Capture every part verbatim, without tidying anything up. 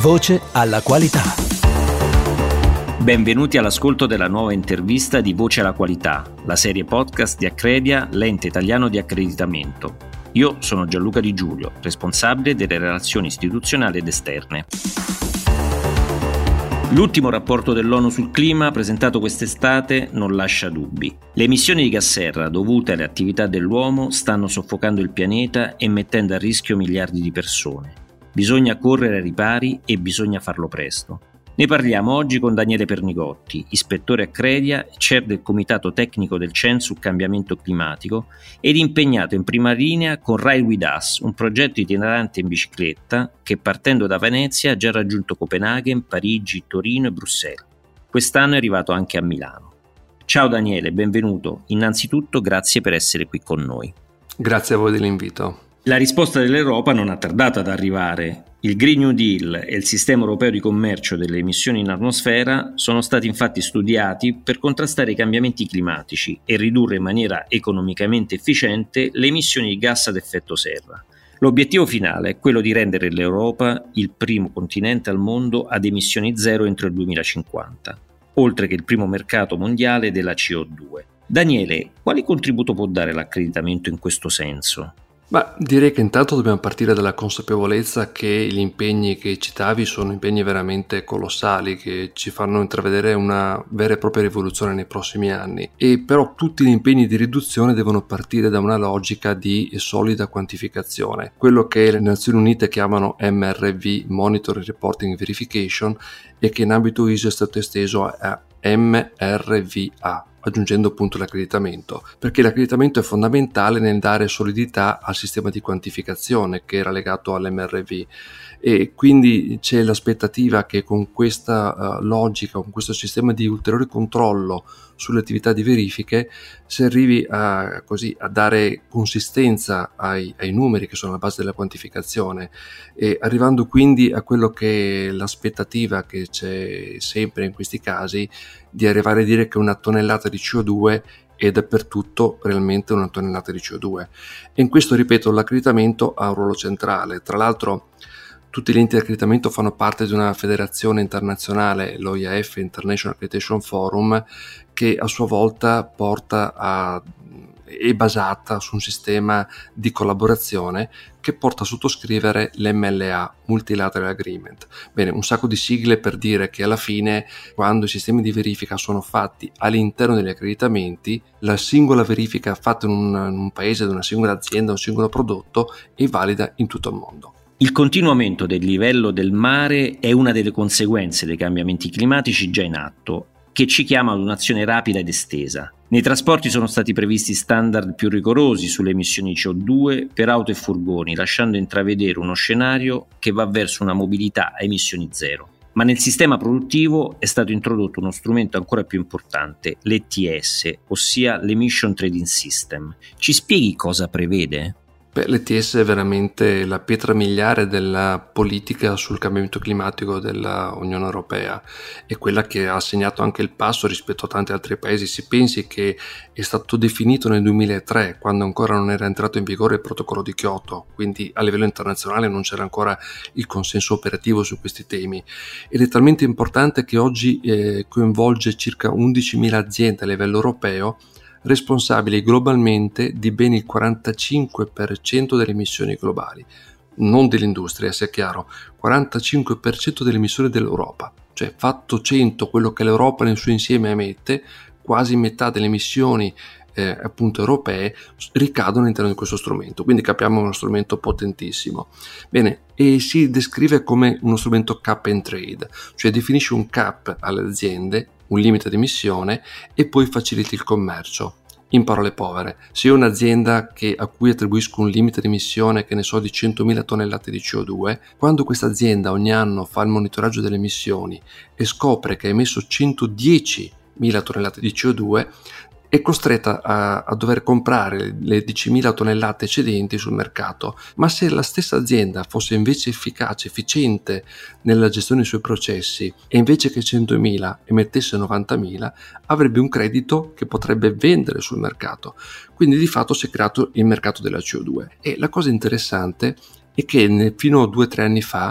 Voce alla qualità. Benvenuti all'ascolto della nuova intervista di Voce alla qualità, la serie podcast di Accredia, l'ente italiano di accreditamento. Io sono Gianluca Di Giulio, responsabile delle relazioni istituzionali ed esterne. L'ultimo rapporto dell'ONU sul clima, presentato quest'estate, non lascia dubbi. Le emissioni di gas serra dovute alle attività dell'uomo stanno soffocando il pianeta e mettendo a rischio miliardi di persone. Bisogna correre ai ripari e bisogna farlo presto. Ne parliamo oggi con Daniele Pernigotti, ispettore Accredia, chair del Comitato Tecnico del C E N sul cambiamento climatico ed impegnato in prima linea con Ride With Us, un progetto itinerante in bicicletta che partendo da Venezia ha già raggiunto Copenaghen, Parigi, Torino e Bruxelles. Quest'anno è arrivato anche a Milano. Ciao Daniele, benvenuto. Innanzitutto grazie per essere qui con noi. Grazie a voi dell'invito. La risposta dell'Europa non ha tardato ad arrivare. Il Green New Deal e il sistema europeo di commercio delle emissioni in atmosfera sono stati infatti studiati per contrastare i cambiamenti climatici e ridurre in maniera economicamente efficiente le emissioni di gas ad effetto serra. L'obiettivo finale è quello di rendere l'Europa il primo continente al mondo ad emissioni zero entro il duemilacinquanta, oltre che il primo mercato mondiale della C O due. Daniele, quale contributo può dare l'accreditamento in questo senso? Ma direi che intanto dobbiamo partire dalla consapevolezza che gli impegni che citavi sono impegni veramente colossali che ci fanno intravedere una vera e propria rivoluzione nei prossimi anni, e però tutti gli impegni di riduzione devono partire da una logica di solida quantificazione, quello che le Nazioni Unite chiamano M R V, Monitoring, Reporting, Verification, e che in ambito I S O è stato esteso a M R V A, aggiungendo appunto l'accreditamento, perché l'accreditamento è fondamentale nel dare solidità al sistema di quantificazione che era legato all'M R V, e quindi c'è l'aspettativa che con questa uh, logica, con questo sistema di ulteriore controllo sulle attività di verifiche si arrivi a, così, a dare consistenza ai, ai numeri che sono la base della quantificazione, e arrivando quindi a quello che è l'aspettativa che c'è sempre in questi casi, di arrivare a dire che una tonnellata di C O due è dappertutto realmente una tonnellata di C O due. E in questo, ripeto, l'accreditamento ha un ruolo centrale. Tra l'altro tutti gli enti di accreditamento fanno parte di una federazione internazionale, l'O I A F, International Accreditation Forum, che a sua volta porta a, è basata su un sistema di collaborazione che porta a sottoscrivere l'M L A, Multilateral Agreement. Bene, un sacco di sigle per dire che alla fine, quando i sistemi di verifica sono fatti all'interno degli accreditamenti, la singola verifica fatta in un, in un paese, da una singola azienda, un singolo prodotto, è valida in tutto il mondo. Il continuo aumento del livello del mare è una delle conseguenze dei cambiamenti climatici già in atto, che ci chiama ad un'azione rapida ed estesa. Nei trasporti sono stati previsti standard più rigorosi sulle emissioni di C O due per auto e furgoni, lasciando intravedere uno scenario che va verso una mobilità a emissioni zero. Ma nel sistema produttivo è stato introdotto uno strumento ancora più importante, l'E T S, ossia l'Emission Trading System. Ci spieghi cosa prevede? Beh, l'E T S è veramente la pietra miliare della politica sul cambiamento climatico dell'Unione Europea, è quella che ha segnato anche il passo rispetto a tanti altri paesi. Si pensi che è stato definito nel duemilatré, quando ancora non era entrato in vigore il protocollo di Kyoto, quindi a livello internazionale non c'era ancora il consenso operativo su questi temi, ed è talmente importante che oggi eh, coinvolge circa undicimila aziende a livello europeo, responsabili globalmente di ben il quarantacinque per cento delle emissioni globali, non dell'industria, sia chiaro, quarantacinque per cento delle emissioni dell'Europa, cioè fatto cento quello che l'Europa nel suo insieme emette, quasi metà delle emissioni eh, appunto europee ricadono all'interno di questo strumento, quindi capiamo uno strumento potentissimo. Bene, e si descrive come uno strumento cap and trade, cioè definisce un cap alle aziende, un limite di emissione, e poi faciliti il commercio. In parole povere, se io ho un'azienda che, a cui attribuisco un limite di emissione, che ne so, di centomila tonnellate di C O due, quando questa azienda ogni anno fa il monitoraggio delle emissioni e scopre che ha emesso centodiecimila tonnellate di C O due, è costretta a, a dover comprare le diecimila tonnellate eccedenti sul mercato. Ma se la stessa azienda fosse invece efficace, efficiente nella gestione dei suoi processi, e invece che centomila emettesse novantamila, avrebbe un credito che potrebbe vendere sul mercato. Quindi di fatto si è creato il mercato della C O due. E la cosa interessante è che fino a due o tre anni fa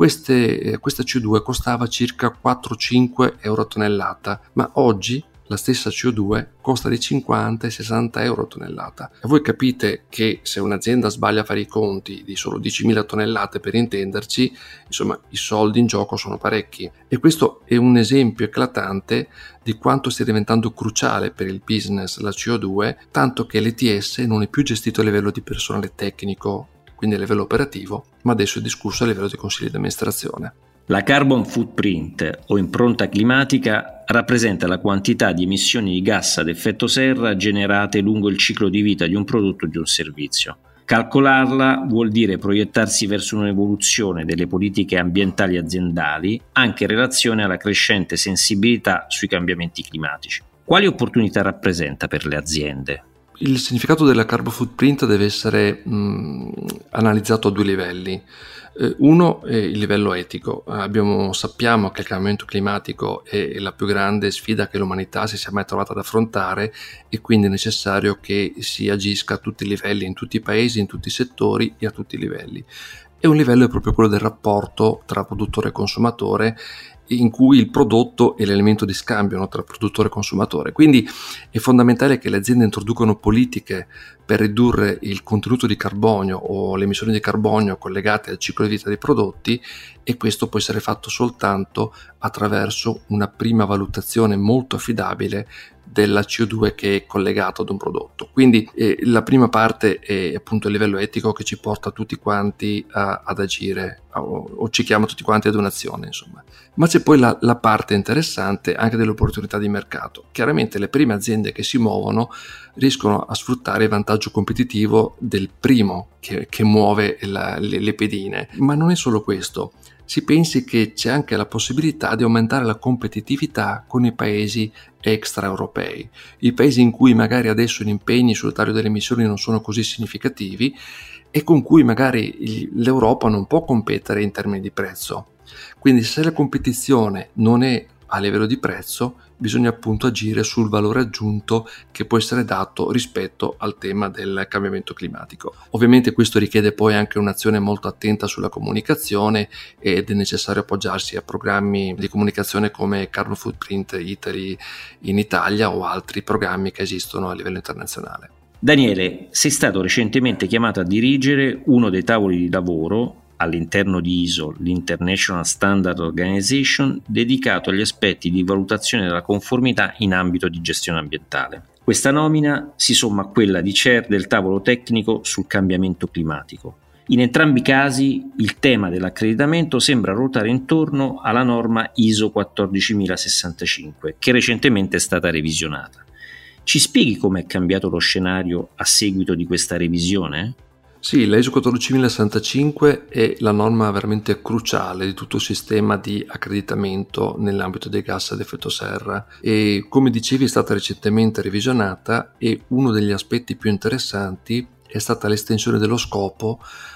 queste, eh, questa C O due costava circa quattro cinque euro a tonnellata, ma oggi la stessa C O due costa di cinquanta e sessanta euro a tonnellata. E voi capite che se un'azienda sbaglia a fare i conti di solo diecimila tonnellate, per intenderci, insomma i soldi in gioco sono parecchi. E questo è un esempio eclatante di quanto stia diventando cruciale per il business la C O due, tanto che l'E T S non è più gestito a livello di personale tecnico, quindi a livello operativo, ma adesso è discusso a livello di consigli di amministrazione. La carbon footprint o impronta climatica rappresenta la quantità di emissioni di gas ad effetto serra generate lungo il ciclo di vita di un prodotto o di un servizio. Calcolarla vuol dire proiettarsi verso un'evoluzione delle politiche ambientali aziendali anche in relazione alla crescente sensibilità sui cambiamenti climatici. Quali opportunità rappresenta per le aziende? Il significato della carbon footprint deve essere mh, analizzato a due livelli. Eh, uno è il livello etico. Abbiamo, sappiamo che il cambiamento climatico è la più grande sfida che l'umanità si sia mai trovata ad affrontare e quindi è necessario che si agisca a tutti i livelli, in tutti i paesi, in tutti i settori e a tutti i livelli. E un livello è proprio quello del rapporto tra produttore e consumatore, in cui il prodotto è l'elemento di scambio, no, tra produttore e consumatore. Quindi è fondamentale che le aziende introducano politiche per ridurre il contenuto di carbonio o le emissioni di carbonio collegate al ciclo di vita dei prodotti, e questo può essere fatto soltanto attraverso una prima valutazione molto affidabile della C O due che è collegato ad un prodotto. Quindi eh, la prima parte è appunto il livello etico che ci porta tutti quanti a, ad agire o, o ci chiama tutti quanti ad un'azione, insomma. Ma c'è poi la, la parte interessante anche delle opportunità di mercato. Chiaramente le prime aziende che si muovono riescono a sfruttare il vantaggio competitivo del primo che, che muove la, le, le pedine. Ma non è solo questo. Si pensi che c'è anche la possibilità di aumentare la competitività con i paesi extraeuropei, i paesi in cui magari adesso gli impegni sul taglio delle emissioni non sono così significativi e con cui magari l'Europa non può competere in termini di prezzo. Quindi se la competizione non è a livello di prezzo, bisogna appunto agire sul valore aggiunto che può essere dato rispetto al tema del cambiamento climatico. Ovviamente questo richiede poi anche un'azione molto attenta sulla comunicazione ed è necessario appoggiarsi a programmi di comunicazione come Carbon Footprint Italy in Italia o altri programmi che esistono a livello internazionale. Daniele, sei stato recentemente chiamato a dirigere uno dei tavoli di lavoro all'interno di I S O, l'International Standard Organization, dedicato agli aspetti di valutazione della conformità in ambito di gestione ambientale. Questa nomina si somma a quella di chair del tavolo tecnico sul cambiamento climatico. In entrambi i casi il tema dell'accreditamento sembra ruotare intorno alla norma I S O quattordicimilasessantacinque, che recentemente è stata revisionata. Ci spieghi come è cambiato lo scenario a seguito di questa revisione? Sì, la I S O quattordicimilasessantacinque è la norma veramente cruciale di tutto il sistema di accreditamento nell'ambito dei gas ad effetto serra e, come dicevi, è stata recentemente revisionata e uno degli aspetti più interessanti è stata l'estensione dello scopo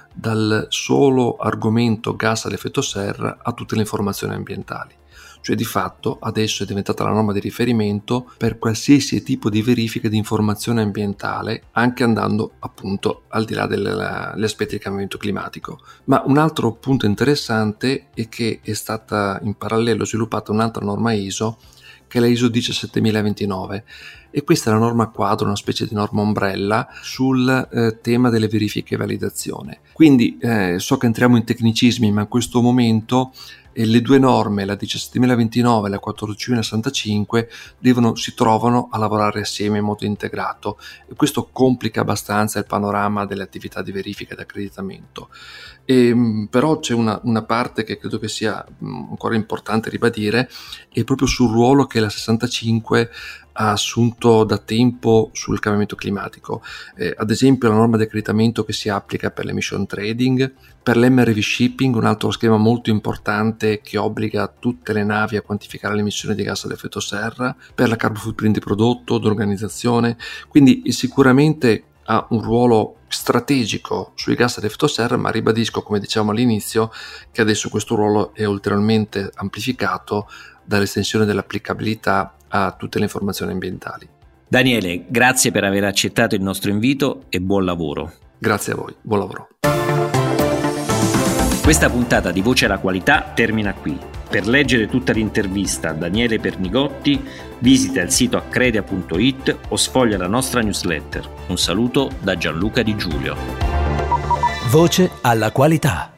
dal solo argomento gas ad effetto serra a tutte le informazioni ambientali. Cioè di fatto adesso è diventata la norma di riferimento per qualsiasi tipo di verifica di informazione ambientale, anche andando appunto al di là degli aspetti del cambiamento climatico. Ma un altro punto interessante è che è stata in parallelo sviluppata un'altra norma I S O, che è la I S O diciassettemilaventinove, e questa è la norma quadro, una specie di norma ombrella sul eh, tema delle verifiche e validazione. Quindi eh, so che entriamo in tecnicismi, ma in questo momento e le due norme, la diciassettemilaventinove e la quattordicimilasessantacinque, devono, si trovano a lavorare assieme in modo integrato e questo complica abbastanza il panorama delle attività di verifica ed accreditamento. E, però c'è una, una parte che credo che sia ancora importante ribadire, è proprio sul ruolo che la sessantacinque ha assunto da tempo sul cambiamento climatico. Eh, ad esempio la norma di accreditamento che si applica per l'emission trading, per l'M R V shipping, un altro schema molto importante che obbliga tutte le navi a quantificare le emissioni di gas ad effetto serra, per la carbon footprint di prodotto, d'organizzazione, quindi sicuramente ha un ruolo strategico sui gas ad effetto serra, ma ribadisco, come dicevamo all'inizio, che adesso questo ruolo è ulteriormente amplificato dall'estensione dell'applicabilità a tutte le informazioni ambientali. Daniele, grazie per aver accettato il nostro invito e buon lavoro. Grazie a voi, buon lavoro. Questa puntata di Voce alla Qualità termina qui. Per leggere tutta l'intervista a Daniele Pernigotti, visita il sito accredia punto it o sfoglia la nostra newsletter. Un saluto da Gianluca Di Giulio. Voce alla Qualità.